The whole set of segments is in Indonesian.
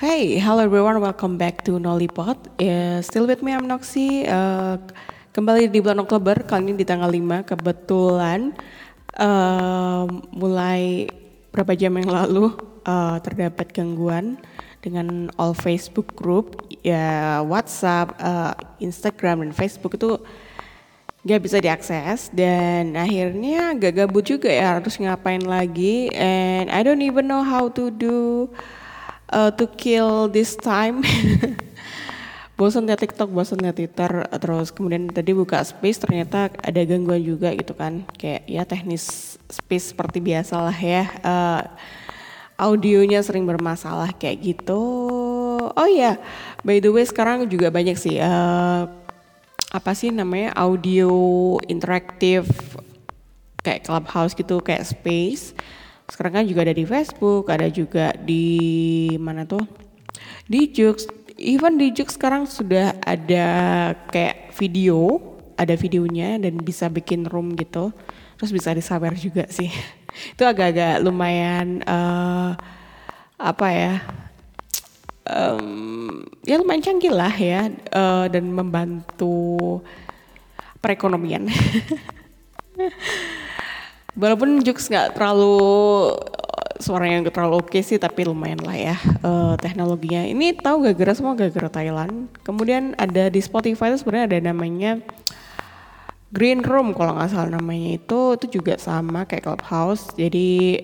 Hey, hello everyone, welcome back to Nollipod. Still with me, I'm Noxy. Kembali di bulan Oktober, kali ini di tanggal 5. Kebetulan mulai berapa jam yang lalu terdapat gangguan dengan all Facebook group, ya WhatsApp, Instagram dan Facebook itu gak bisa diakses. Dan akhirnya gak gabut juga ya, harus ngapain lagi. And I don't even know how to do to kill this time. Bosan liat TikTok, bosan liat Twitter, terus kemudian tadi buka Space ternyata ada gangguan juga gitu kan. Kayak ya teknis Space seperti biasa lah ya. Audionya sering bermasalah kayak gitu. Oh iya, by the way sekarang juga banyak sih apa sih namanya audio interaktif kayak Clubhouse gitu, kayak Space. Sekarang kan juga ada di Facebook, ada juga di mana tuh? Di Joox. Even di Joox sekarang sudah ada kayak video, ada videonya dan bisa bikin room gitu. Terus bisa disawer juga sih. Itu agak-agak lumayan apa ya? Ya lumayan canggih lah ya, dan membantu perekonomian. Walaupun Joox nggak terlalu suaranya nggak terlalu oke sih, tapi lumayan lah ya teknologinya. Ini tahu gara-gara semua gara-gara Thailand. Kemudian ada di Spotify itu sebenarnya ada namanya Green Room kalau nggak salah namanya, itu juga sama kayak Clubhouse. Jadi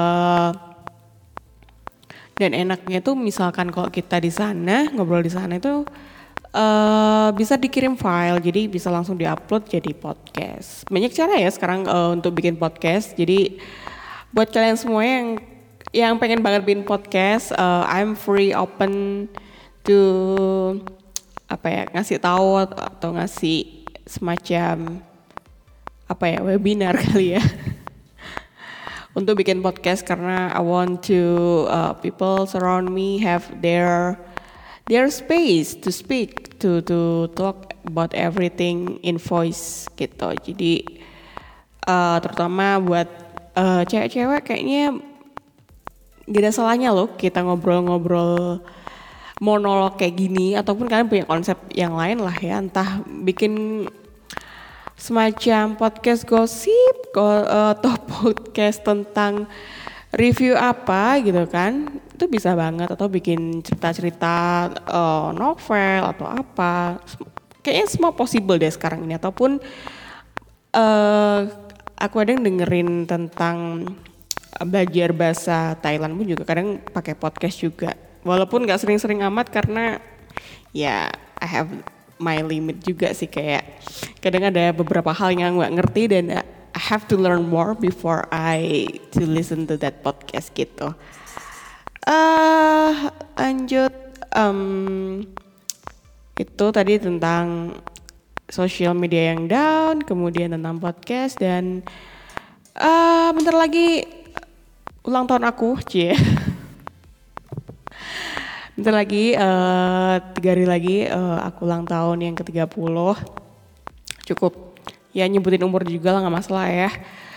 dan enaknya tuh misalkan kalau kita di sana ngobrol di sana itu bisa dikirim file, jadi bisa langsung diupload jadi podcast. Banyak cara ya sekarang untuk bikin podcast. Jadi buat kalian semua yang pengen banget bikin podcast, I'm free open to apa ya, ngasih tahu atau ngasih semacam apa ya, webinar kali ya. Untuk bikin podcast karena I want to people surround me have their space to speak, to talk about everything in voice gitu. Jadi terutama buat cewek-cewek kayaknya gak ada salahnya loh kita ngobrol-ngobrol monolog kayak gini, ataupun kalian punya konsep yang lain lah ya, entah bikin semacam podcast gosip atau podcast tentang review apa gitu kan, itu bisa banget. Atau bikin cerita-cerita novel atau apa, kayaknya semua possible deh sekarang ini. Ataupun aku ada yang dengerin tentang belajar bahasa Thailand pun juga kadang pakai podcast juga, walaupun gak sering-sering amat karena ya I have my limit juga sih. Kayak kadang ada beberapa hal yang gak ngerti dan I have to learn more before I to listen to that podcast gitu. Lanjut, itu tadi tentang social media yang down, kemudian tentang podcast, dan bentar lagi ulang tahun aku, cie. Bentar lagi 3 hari lagi aku ulang tahun yang ke-30. Cukup ya nyebutin umur juga lah, gak masalah ya.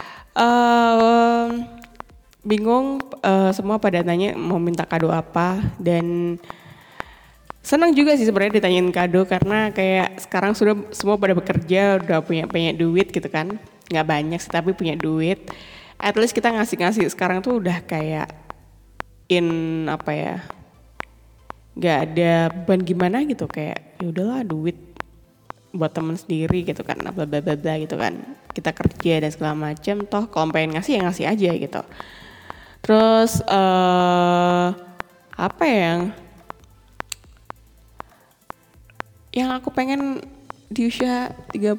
Bingung, semua pada nanya mau minta kado apa, dan senang juga sih sebenarnya ditanyain kado karena kayak sekarang sudah semua pada bekerja, udah punya duit gitu kan. Nggak banyak sih tapi punya duit. At least kita ngasih sekarang tuh udah kayak in apa ya, nggak ada beban gimana gitu, kayak ya udahlah duit buat temen sendiri gitu kan, bla bla bla bla gitu kan. Kita kerja dan segala macam, toh kalau pengen ngasih ya ngasih aja gitu. Terus apa yang aku pengen di usia 30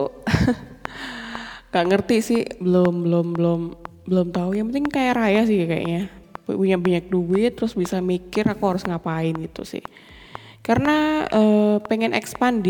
gak ngerti sih, belum tahu. Yang penting kayak raya sih kayaknya, punya banyak duit terus bisa mikir aku harus ngapain gitu sih. Karena pengen expand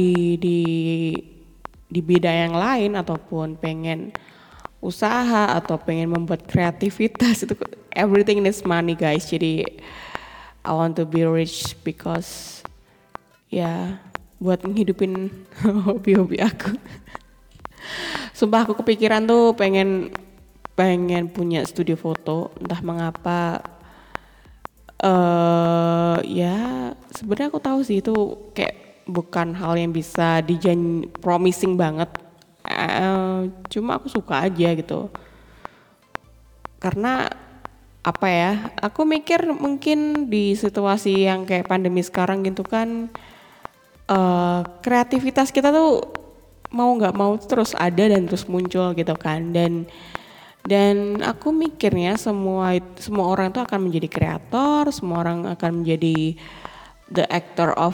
di bidang yang lain, ataupun pengen usaha atau pengen membuat kreativitas, itu everything needs money guys. Jadi I want to be rich because ya buat menghidupin hobi-hobi aku. Sumpah aku kepikiran tuh pengen punya studio foto, entah mengapa Ya sebenarnya aku tahu sih itu kayak bukan hal yang bisa promising banget. Cuma aku suka aja gitu. Karena apa ya? Aku mikir mungkin di situasi yang kayak pandemi sekarang gitu kan, kreativitas kita tuh mau nggak mau terus ada dan terus muncul gitu kan. Dan aku mikirnya semua orang itu akan menjadi kreator, semua orang akan menjadi the actor of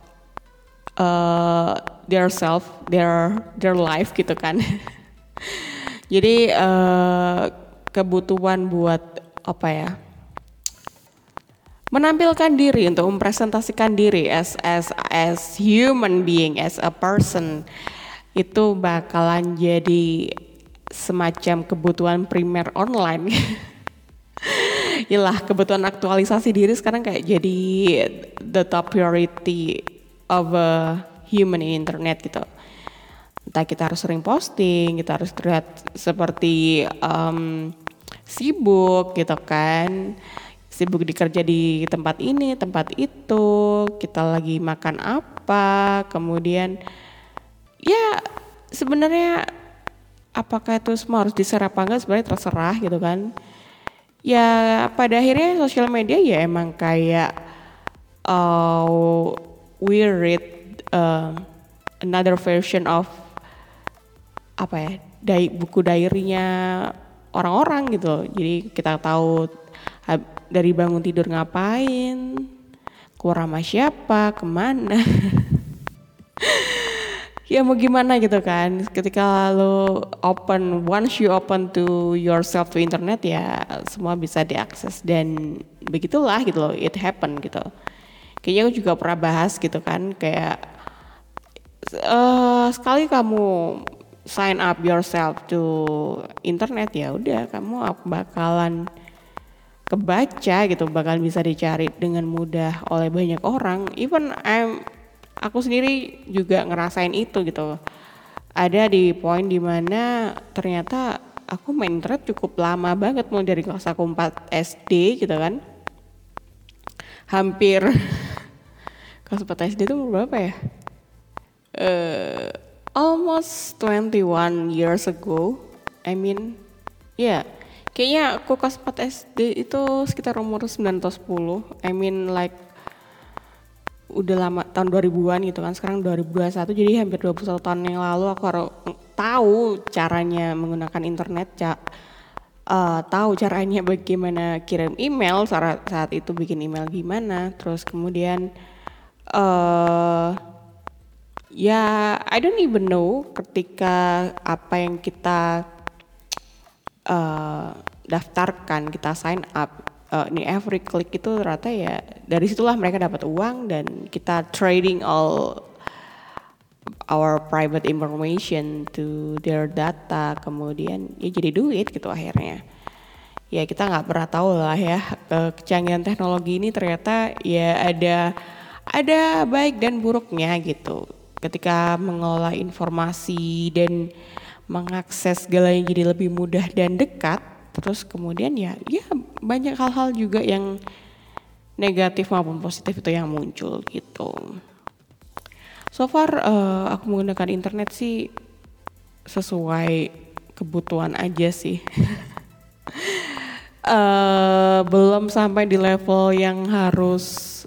their self, their life gitu kan. Jadi kebutuhan buat apa ya? Menampilkan diri untuk mempresentasikan diri as human being, as a person itu bakalan jadi semacam kebutuhan primer online. Yalah, kebutuhan aktualisasi diri sekarang kayak jadi the top priority of a human in internet gitu. Entah kita harus sering posting, kita harus terlihat seperti sibuk gitu kan. Sibuk dikerja di tempat ini, tempat itu, kita lagi makan apa, kemudian ya sebenarnya apakah itu semua harus di-share apa enggak sebenarnya terserah gitu kan. Ya pada akhirnya sosial media ya emang kayak we read another version of apa ya, buku diary-nya orang-orang gitu. Jadi kita tahu dari bangun tidur ngapain, keluar sama siapa, kemana. Ya mau gimana gitu kan, ketika lo once you open to yourself to internet ya semua bisa diakses dan begitulah gitu loh, it happen gitu. Kayaknya aku juga pernah bahas gitu kan, kayak sekali kamu sign up yourself to internet ya udah kamu bakalan kebaca gitu, bakalan bisa dicari dengan mudah oleh banyak orang. Even aku sendiri juga ngerasain itu gitu. Ada di poin dimana ternyata aku main internet cukup lama banget, mulai dari kelas aku 4 SD gitu kan. Hampir kelas 4 SD itu umur berapa ya? Almost 21 years ago. I mean, yeah. Kayaknya aku kelas 4 SD itu sekitar umur 9 atau 10. I mean like udah lama, tahun 2000-an gitu kan, sekarang 2021 jadi hampir 21 tahun yang lalu aku harus tahu caranya menggunakan internet, tahu caranya bagaimana kirim email, saat itu bikin email gimana, terus kemudian ya I don't even know ketika apa yang kita daftarkan, kita sign up, ini every click itu ternyata ya dari situlah mereka dapat uang dan kita trading all our private information to their data, kemudian ya jadi duit gitu akhirnya. Ya kita nggak pernah tahu lah ya, kecanggihan teknologi ini ternyata ya ada baik dan buruknya gitu. Ketika mengolah informasi dan mengakses segalanya jadi lebih mudah dan dekat, terus kemudian ya banyak hal-hal juga yang negatif maupun positif itu yang muncul gitu. So far aku menggunakan internet sih sesuai kebutuhan aja sih. Belum sampai di level yang harus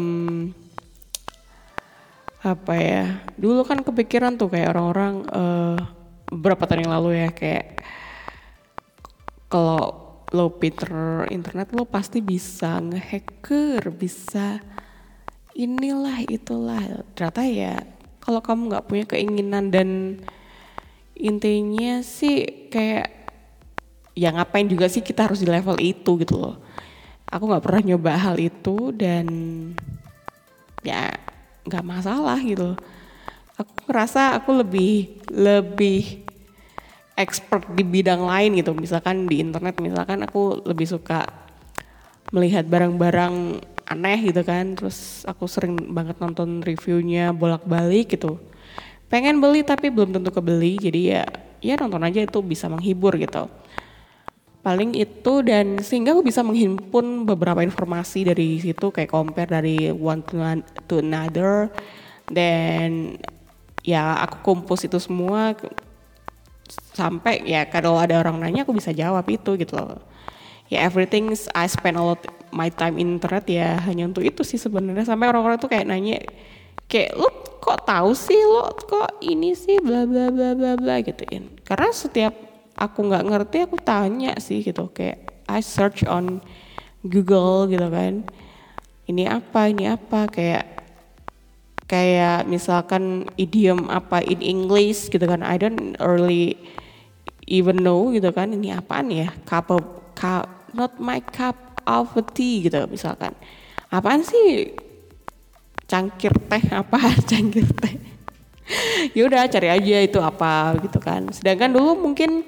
apa ya, dulu kan kepikiran tuh kayak orang-orang beberapa tahun yang lalu ya, kayak kalau lo pinter internet lo pasti bisa ngehacker, bisa inilah itulah. Ternyata ya kalau kamu nggak punya keinginan dan intinya sih kayak ya ngapain juga sih kita harus di level itu gitu loh. Aku nggak pernah nyoba hal itu dan ya nggak masalah gitu. Aku ngerasa aku lebih expert di bidang lain gitu. Misalkan di internet, misalkan aku lebih suka melihat barang-barang aneh gitu kan. Terus aku sering banget nonton reviewnya bolak-balik gitu. Pengen beli tapi belum tentu kebeli. Jadi ya nonton aja, itu bisa menghibur gitu. paling itu, dan sehingga aku bisa menghimpun beberapa informasi dari situ, kayak compare dari one to another, dan ya aku kompos itu semua sampai ya kalau ada orang nanya aku bisa jawab itu gitu loh. Ya everything I spend a lot my time in internet ya hanya untuk itu sih sebenarnya. Sampai orang-orang tuh kayak nanya kayak, lo kok tahu sih, lo kok ini sih, bla bla bla bla bla gituin. Karena setiap aku nggak ngerti aku tanya sih gitu, kayak I search on Google gitu kan, ini apa, kayak misalkan idiom apa in English gitu kan, I don't really even know gitu kan, ini apaan ya, not my cup of tea gitu misalkan, apaan sih cangkir teh, apa cangkir teh. Ya udah cari aja itu apa gitu kan. Sedangkan dulu mungkin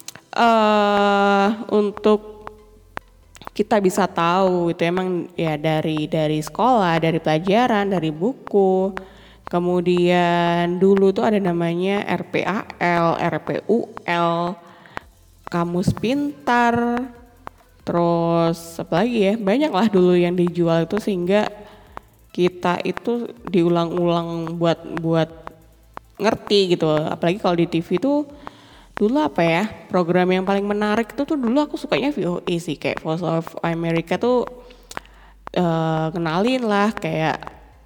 untuk kita bisa tahu itu emang ya dari sekolah, dari pelajaran, dari buku. Kemudian dulu tuh ada namanya RPAL, RPUL, Kamus Pintar, terus apa lagi ya, banyak lah dulu yang dijual itu, sehingga kita itu diulang-ulang buat ngerti gitu. Apalagi kalau di TV tuh dulu apa ya, program yang paling menarik itu tuh dulu aku sukanya VOA sih, kayak Voice of America tuh kenalin lah kayak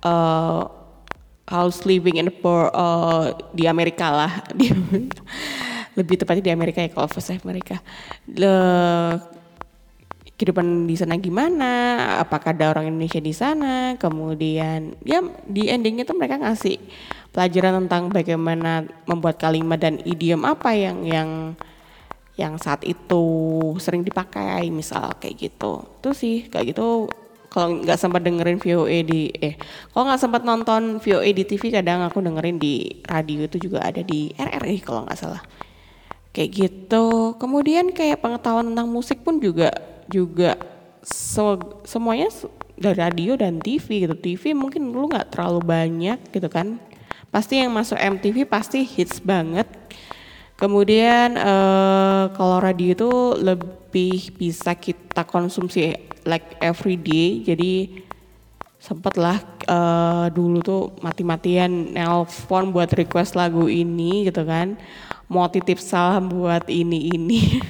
house living in the poor di Amerika lah, lebih tepatnya di Amerika ya kalau Voice of America. Kehidupan di sana gimana, apakah ada orang Indonesia di sana, kemudian ya di endingnya tuh mereka ngasih pelajaran tentang bagaimana membuat kalimat dan idiom apa yang saat itu sering dipakai, misal kayak gitu. Itu sih kayak gitu. Kalau nggak sempat dengerin kalau nggak sempat nonton VOA di TV, kadang aku dengerin di radio, itu juga ada di RRI kalau nggak salah. Kayak gitu. Kemudian kayak pengetahuan tentang musik pun juga semuanya dari radio dan TV gitu. TV mungkin dulu nggak terlalu banyak gitu kan. Pasti yang masuk MTV pasti hits banget. Kemudian kalau radio itu lebih bisa kita konsumsi like every day. Jadi sempet lah dulu tuh mati-matian nelpon buat request lagu ini gitu kan. Mau titip salam buat ini.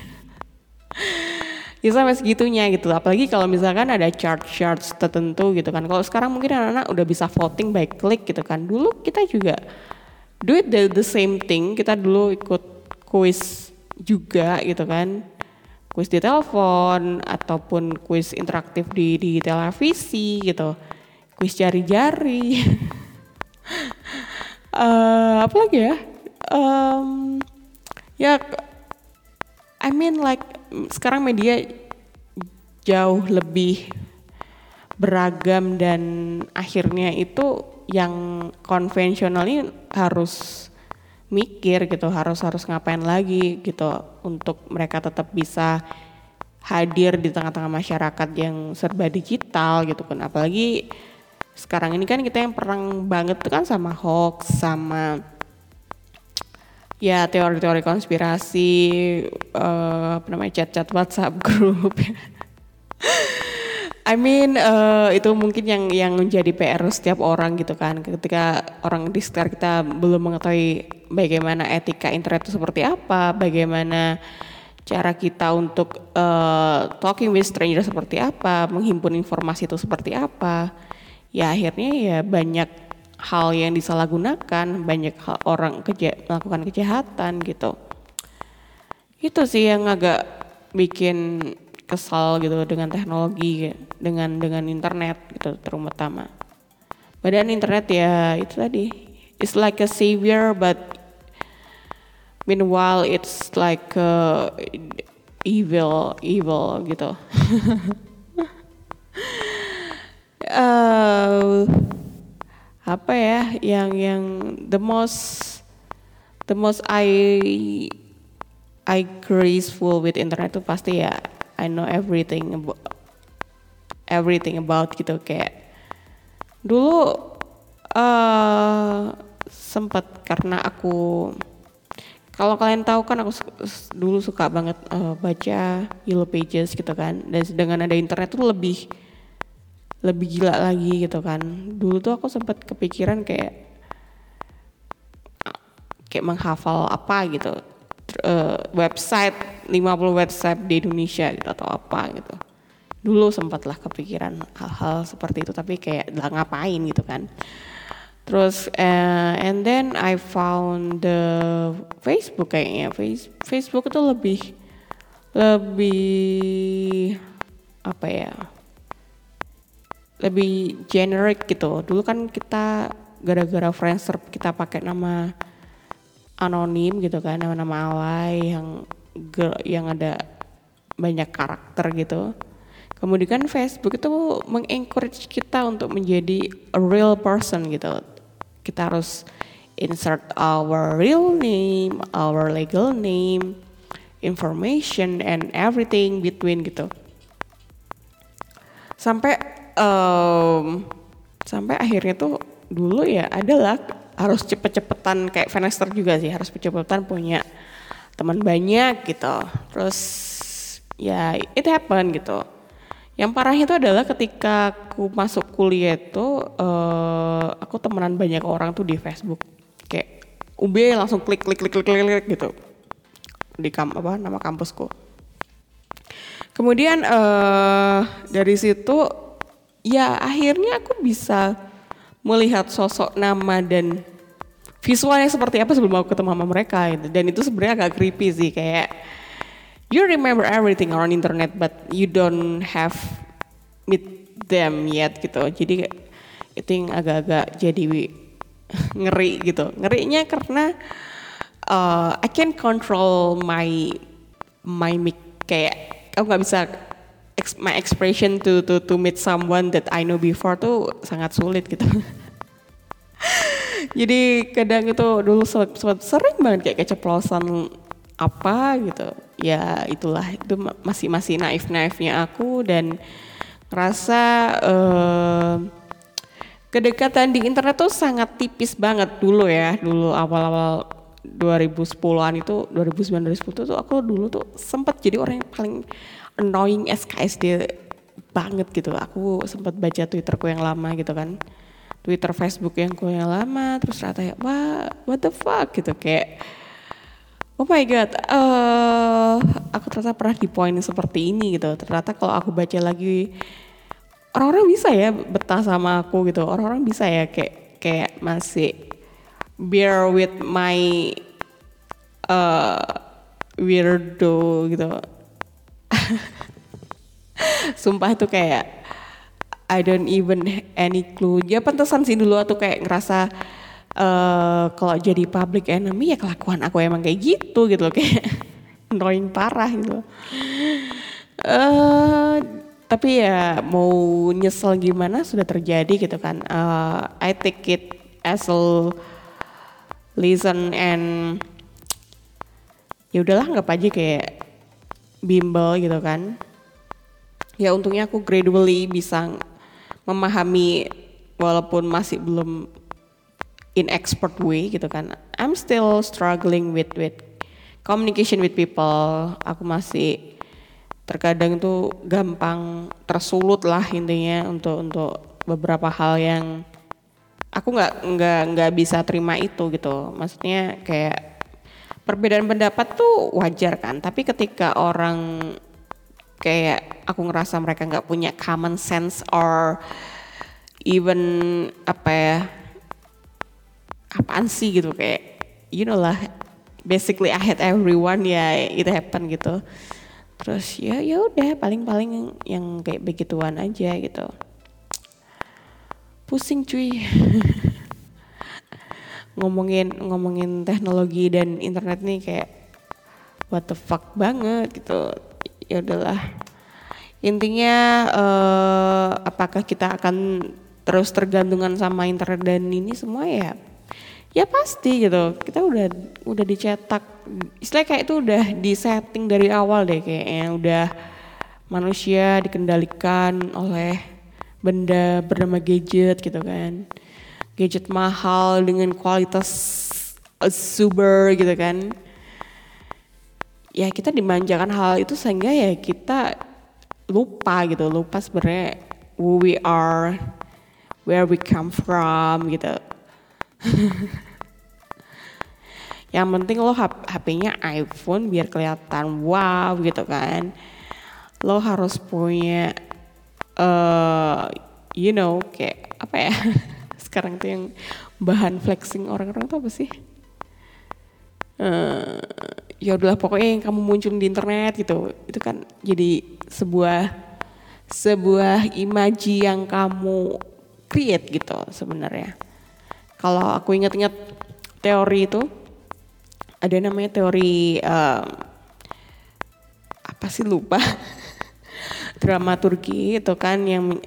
Ya sampai segitunya gitu, apalagi kalau misalkan ada chart tertentu gitu kan. Kalau sekarang mungkin anak-anak udah bisa voting by click gitu kan. Dulu kita juga do it the same thing, kita dulu ikut kuis juga gitu kan. Kuis di telepon ataupun kuis interaktif di televisi gitu. Kuis jari-jari. Apa lagi ya? Ya I mean like sekarang media jauh lebih beragam, dan akhirnya itu yang konvensional ini harus mikir gitu, harus ngapain lagi gitu untuk mereka tetap bisa hadir di tengah-tengah masyarakat yang serba digital gitu kan. Apalagi sekarang ini kan kita yang perang banget tuh kan sama hoax, sama ya teori-teori konspirasi, chat-chat WhatsApp group. I mean itu mungkin yang menjadi PR setiap orang gitu kan. Ketika orang di sekitar kita belum mengetahui bagaimana etika internet itu seperti apa, bagaimana cara kita untuk talking with stranger seperti apa, menghimpun informasi itu seperti apa, ya akhirnya ya banyak hal yang disalahgunakan, banyak orang melakukan kejahatan gitu. Itu sih yang agak bikin kesal gitu dengan teknologi, dengan internet gitu terutama. Badan internet ya itu tadi, it's like a savior but meanwhile it's like evil gitu. Apa ya yang the most I graceful with internet itu pasti ya I know everything about gitu. Kayak dulu sempat karena Kalau kalian tahu kan aku dulu suka banget baca Yellow Pages gitu kan. Dan dengan ada internet tuh lebih gila lagi gitu kan. Dulu tuh aku sempat kepikiran kayak menghafal apa gitu. Website 50 website di Indonesia gitu atau apa gitu. Dulu sempatlah kepikiran hal-hal seperti itu tapi kayak lah ngapain gitu kan. Terus and then I found the Facebook kayaknya. Facebook itu lebih apa ya? Lebih generic gitu. Dulu kan kita gara-gara Friendster kita pakai nama anonim gitu kan, nama-nama alay yang ada banyak karakter gitu. Kemudian Facebook itu mengencourage kita untuk menjadi a real person gitu. Kita harus insert our real name, our legal name, information and everything between gitu. Sampai akhirnya tuh dulu ya adalah harus cepet-cepetan kayak Friendster juga sih, harus cepet-cepetan punya teman banyak gitu. Terus ya it happen gitu. Yang parahnya itu adalah ketika aku masuk kuliah itu aku temenan banyak orang tuh di Facebook. Kayak UB langsung klik gitu di nama kampusku. Kemudian dari situ ya akhirnya aku bisa melihat sosok nama dan visualnya seperti apa sebelum aku ketemu sama mereka gitu. Dan itu sebenarnya agak creepy sih, kayak you remember everything on internet but you don't have meet them yet gitu. Jadi itu yang agak-agak jadi ngeri gitu. Ngerinya karena I can control my mic, kayak aku nggak bisa my expression to meet someone that I know before tuh sangat sulit gitu. Jadi kadang itu dulu sering banget kayak keceplosan apa gitu. Ya itulah, itu masih naifnya aku dan ngerasa kedekatan di internet tuh sangat tipis banget dulu ya. Dulu awal-awal 2010-an itu, 2009-2010 tuh aku dulu tuh sempat jadi orang yang paling annoying SKSD banget gitu. Aku sempat baca Twitterku yang lama gitu kan. Twitter Facebook yang lama, terus ternyata ya what the fuck gitu, kayak oh my god, aku ternyata pernah di poin seperti ini gitu. Ternyata kalau aku baca lagi, orang-orang bisa ya betah sama aku gitu. Orang-orang bisa ya kayak masih bear with my weirdo gitu. Sumpah itu kayak I don't even any clue. Ya pantesan sih dulu tuh kayak ngerasa kalau jadi public enemy ya kelakuan aku emang kayak gitu loh, kayak annoying parah gitu. Tapi ya mau nyesel gimana sudah terjadi gitu kan. I take it as a lesson and ya udahlah, anggap aja kayak bimbel gitu kan. Ya untungnya aku gradually bisa memahami walaupun masih belum in expert way gitu kan. I'm still struggling with communication with people. Aku masih terkadang tuh gampang tersulut lah intinya untuk beberapa hal yang aku nggak bisa terima itu gitu. Maksudnya kayak perbedaan pendapat tuh wajar kan, tapi ketika orang kayak aku ngerasa mereka nggak punya common sense or even apaan sih gitu, kayak you know lah, basically I hate everyone, ya it happen gitu. Terus ya udah paling yang kayak begituan aja gitu. Pusing cuy. ngomongin teknologi dan internet nih kayak what the fuck banget gitu. Ya udahlah, intinya apakah kita akan terus tergantungan sama internet dan ini semua ya pasti gitu. Kita udah dicetak, istilahnya kayak itu udah disetting dari awal deh, kayaknya udah manusia dikendalikan oleh benda bernama gadget gitu kan. Gadget mahal dengan kualitas super gitu kan. ya kita dimanjakan hal itu sehingga ya kita lupa sebenarnya who we are, where we come from gitu. Yang penting lo HP-nya iPhone biar kelihatan wow gitu kan. Lo harus punya kayak apa ya? Sekarang tuh yang bahan flexing orang-orang tuh apa sih? Ya udahlah pokoknya yang kamu muncul di internet gitu. Itu kan jadi sebuah imaji yang kamu create gitu sebenarnya. Kalau aku ingat-ingat teori itu ada namanya teori apa sih lupa dramaturgi itu kan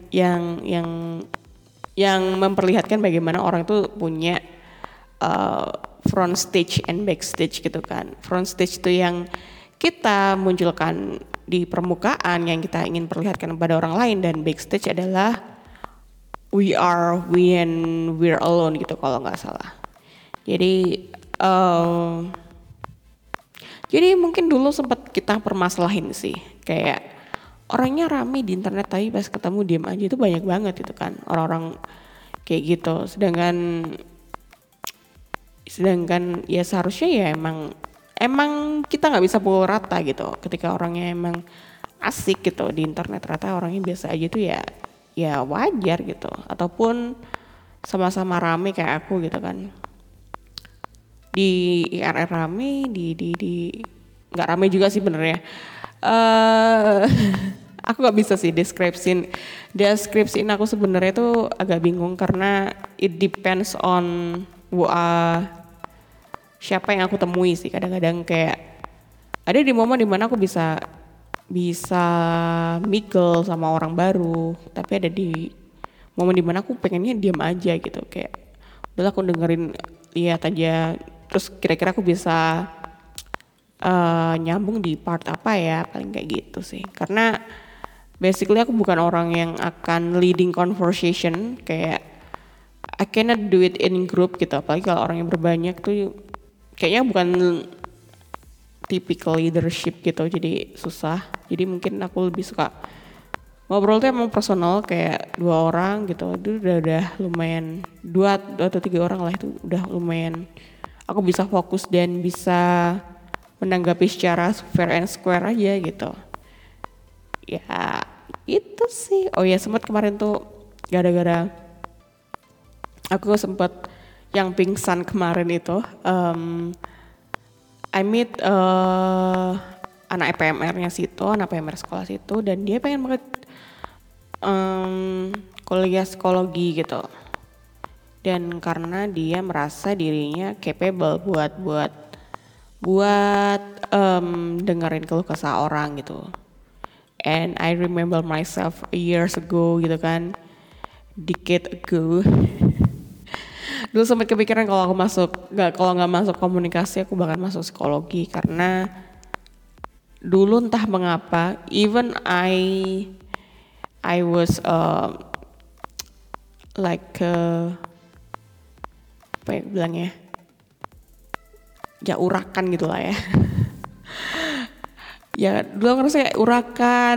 yang memperlihatkan bagaimana orang itu punya front stage and backstage gitu kan. Front stage itu yang kita munculkan di permukaan yang kita ingin perlihatkan kepada orang lain, dan backstage adalah we are when we're alone gitu kalau nggak salah. Jadi mungkin dulu sempat kita permasalahin sih, kayak orangnya rame di internet tapi pas ketemu diem aja, itu banyak banget itu kan orang-orang kayak gitu. Sedangkan ya seharusnya ya emang kita nggak bisa pukul rata gitu. Ketika orangnya emang asik gitu di internet, ternyata orangnya biasa aja tuh ya wajar gitu. Ataupun sama-sama rame kayak aku gitu kan. Di IRL rame, di nggak rame juga sih benernya. Aku nggak bisa sih deskripsiin aku sebenarnya tuh agak bingung karena it depends on siapa yang aku temui sih. Kadang-kadang kayak ada di momen dimana aku bisa mingle sama orang baru, tapi ada di momen dimana aku pengennya diam aja gitu, kayak udah aku dengerin, lihat aja, terus kira-kira aku bisa nyambung di part apa ya, paling kayak gitu sih. Karena basically aku bukan orang yang akan leading conversation, kayak I cannot do it in group gitu, apalagi kalau orang yang berbanyak tuh kayaknya bukan typical leadership gitu, jadi susah. Jadi mungkin aku lebih suka ngobrol tuh emang personal, kayak 2 orang gitu, itu udah lumayan, 2 atau 3 orang lah itu udah lumayan. Aku bisa fokus dan bisa menanggapi secara fair and square aja gitu. Ya itu sih. Oh ya, sempat kemarin tuh gara-gara aku sempat yang pingsan kemarin itu, I meet anak PMR-nya situ, anak PMR sekolah situ, dan dia pengen banget kuliah psikologi gitu. Dan karena dia merasa dirinya capable buat dengerin keluh kesah orang gitu. And I remember myself years ago gitu kan, decade ago. Dulu sempat kepikiran kalau nggak masuk komunikasi aku bakal masuk psikologi, karena dulu entah mengapa even I was apa ya bilangnya, ya urakan gitu lah ya. Ya dulu aku ngerasa kayak urakan,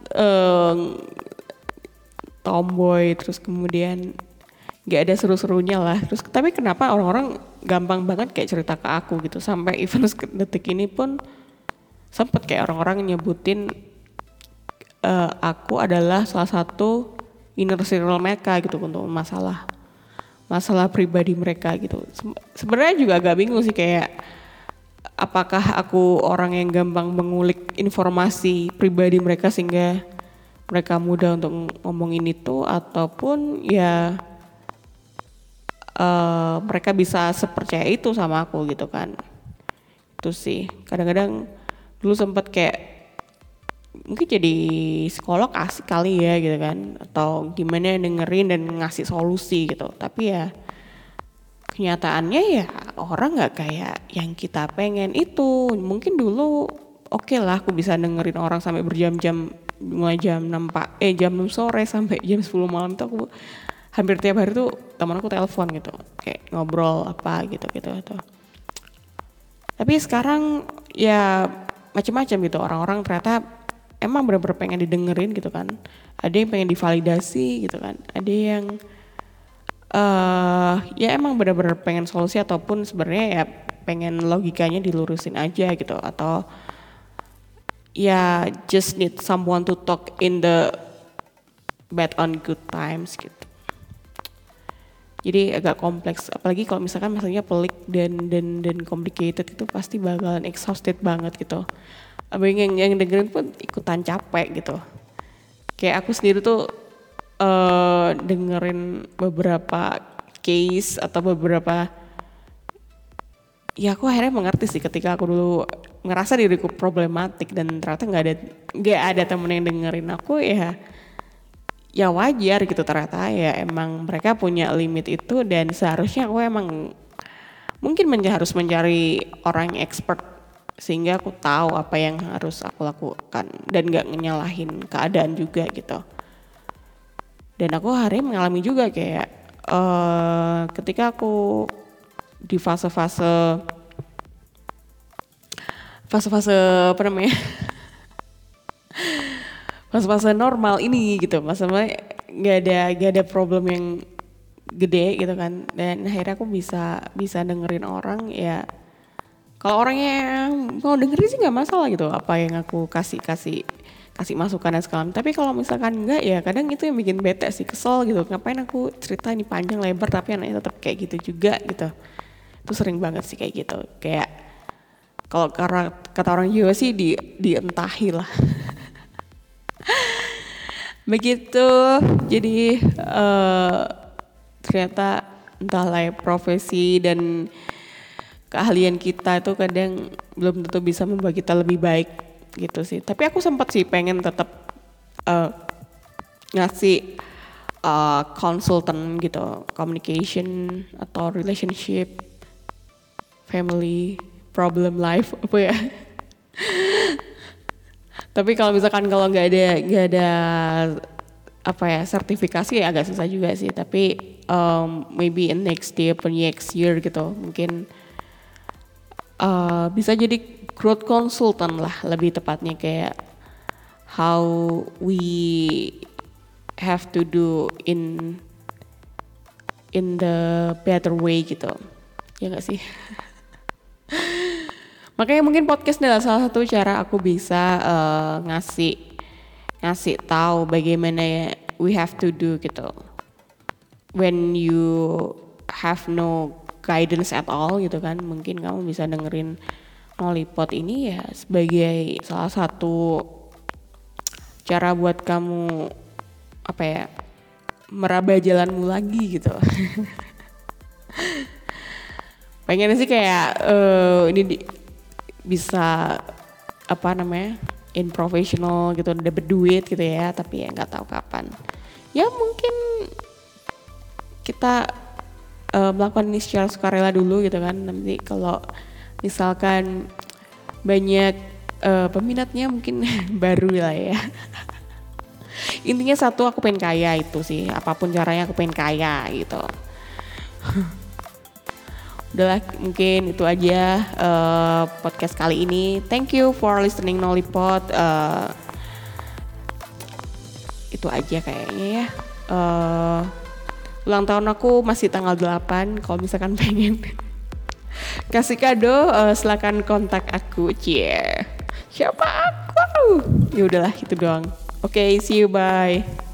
tomboy, terus kemudian gak ada seru-serunya lah. Terus tapi kenapa orang-orang gampang banget kayak cerita ke aku gitu, sampai even detik ini pun sempet kayak orang-orang nyebutin aku adalah salah satu inner circle mereka gitu untuk masalah pribadi mereka gitu. Sebenarnya juga agak bingung sih, kayak apakah aku orang yang gampang mengulik informasi pribadi mereka sehingga mereka mudah untuk ngomongin itu, ataupun ya mereka bisa sepercaya itu sama aku gitu kan. Itu sih kadang-kadang dulu sempat kayak mungkin jadi psikolog asik kali ya gitu kan, atau gimana dengerin dan ngasih solusi gitu. Tapi ya kenyataannya ya orang nggak kayak yang kita pengen itu. Mungkin dulu oke lah aku bisa dengerin orang sampai berjam-jam, mulai jam 6 sore sampai jam 10 malam itu aku hampir tiap hari tuh teman aku telepon gitu, kayak ngobrol apa gitu. Tapi sekarang ya macam-macam gitu. Orang-orang ternyata emang benar-benar pengen didengerin gitu kan. Ada yang pengen divalidasi gitu kan. Ada yang ya emang benar-benar pengen solusi ataupun sebenarnya ya pengen logikanya dilurusin aja gitu, atau ya just need someone to talk in the bad on good times gitu. Jadi agak kompleks, apalagi kalau misalkan maksudnya pelik dan complicated, itu pasti bakalan exhausted banget gitu. Abang yang dengerin pun ikutan capek gitu. Kayak aku sendiri tuh dengerin beberapa case atau beberapa, ya aku akhirnya mengerti sih ketika aku dulu ngerasa diriku problematik dan ternyata nggak ada temen yang dengerin aku, ya wajar gitu. Ternyata ya emang mereka punya limit itu, dan seharusnya aku emang mungkin harus mencari orang yang expert sehingga aku tahu apa yang harus aku lakukan dan nggak nyalahin keadaan juga gitu. Dan aku hari ini mengalami juga kayak ketika aku di fase-fase apa namanya fase-fase normal ini gitu, maksudnya nggak ada problem yang gede gitu kan, dan akhirnya aku bisa dengerin orang. Ya kalau orangnya mau dengerin sih nggak masalah gitu apa yang aku kasih masukan dan segala. Tapi kalau misalkan enggak, ya kadang itu yang bikin bete sih, kesel gitu. Ngapain aku cerita ini panjang lebar tapi anaknya tetap kayak gitu juga gitu. Itu sering banget sih kayak gitu. Kayak kalau kata orang Jawa sih dientahi lah. Begitu. Jadi ternyata entahlah ya, profesi dan keahlian kita itu kadang belum tentu bisa membuat kita lebih baik gitu sih. Tapi aku sempat sih pengen tetap ngasih konsultan gitu, communication atau relationship, family, problem life apa ya. Tapi kalau misalkan nggak ada apa ya sertifikasi, ya agak susah juga sih. Tapi maybe in next year gitu mungkin bisa jadi growth consultant lah lebih tepatnya, kayak how we have to do in the better way gitu, ya nggak sih? Makanya mungkin podcast adalah salah satu cara aku bisa ngasih tahu bagaimana we have to do gitu. When you have no guidance at all gitu kan, mungkin kamu bisa dengerin Nolipot ini ya sebagai salah satu cara buat kamu apa ya, meraba jalanmu lagi gitu. Pengen sih kayak ini bisa apa namanya in professional gitu, dapet duit gitu ya, tapi ya nggak tahu kapan. Ya mungkin kita melakukan ini secara sukarela dulu gitu kan. Nanti kalau misalkan banyak peminatnya mungkin baru lah ya. Intinya satu, aku pengen kaya, itu sih apapun caranya aku pengen kaya gitu. Udahlah, mungkin itu aja podcast kali ini. Thank you for listening Nolipot. Itu aja kayaknya ya. Ulang tahun aku masih tanggal 8. Kalau misalkan pengen kasih kado, silakan kontak aku. Siapa aku? Ya udahlah, itu doang. Oke, see you, bye.